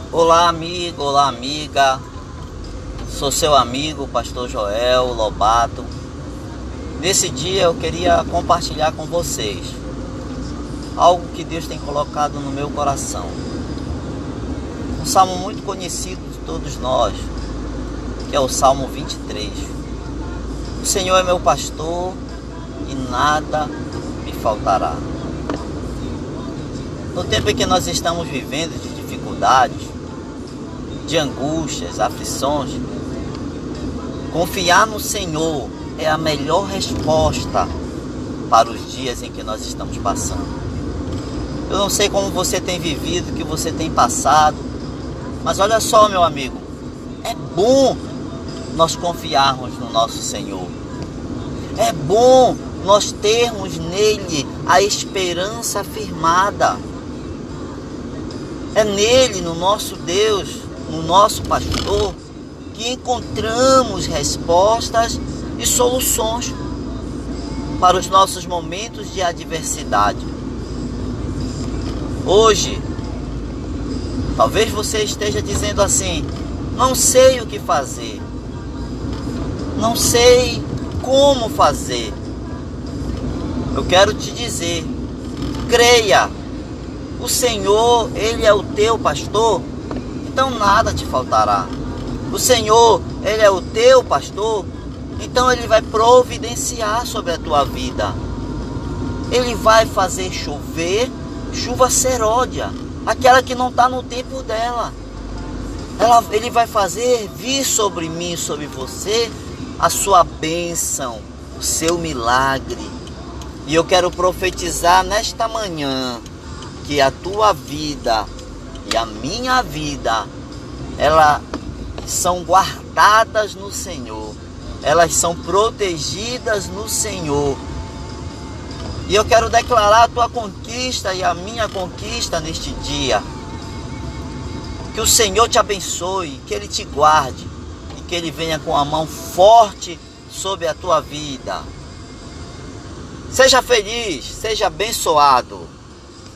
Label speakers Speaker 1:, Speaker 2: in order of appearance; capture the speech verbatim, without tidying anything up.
Speaker 1: Olá amigo, olá amiga, sou seu amigo, pastor Joel Lobato. Nesse dia eu queria compartilhar com vocês algo que Deus tem colocado no meu coração. Um salmo muito conhecido de todos nós, que é o Salmo vinte e três. O Senhor é meu pastor e nada me faltará. No tempo em que nós estamos vivendo de dificuldades, de angústias, aflições, confiar no Senhor é a melhor resposta para os dias em que nós estamos passando. Eu não sei como você tem vivido, o que você tem passado, mas olha só, meu amigo, é bom nós confiarmos no nosso Senhor. É bom nós termos nele a esperança firmada. É nele, no nosso Deus, no nosso pastor, que encontramos respostas e soluções para os nossos momentos de adversidade. Hoje, talvez você esteja dizendo assim: não sei o que fazer, não sei como fazer. Eu quero te dizer, creia. O Senhor, Ele é o teu pastor, então nada te faltará. O Senhor, Ele é o teu pastor, então Ele vai providenciar sobre a tua vida. Ele vai fazer chover chuva seródia, aquela que não está no tempo dela. Ela, ele vai fazer vir sobre mim, sobre você, a sua bênção, o seu milagre. E eu quero profetizar nesta manhã que a tua vida e a minha vida, elas são guardadas no Senhor, elas são protegidas no Senhor. E eu quero declarar a tua conquista e a minha conquista neste dia. Que o Senhor te abençoe, que Ele te guarde e que Ele venha com a mão forte sobre a tua vida. Seja feliz, seja abençoado.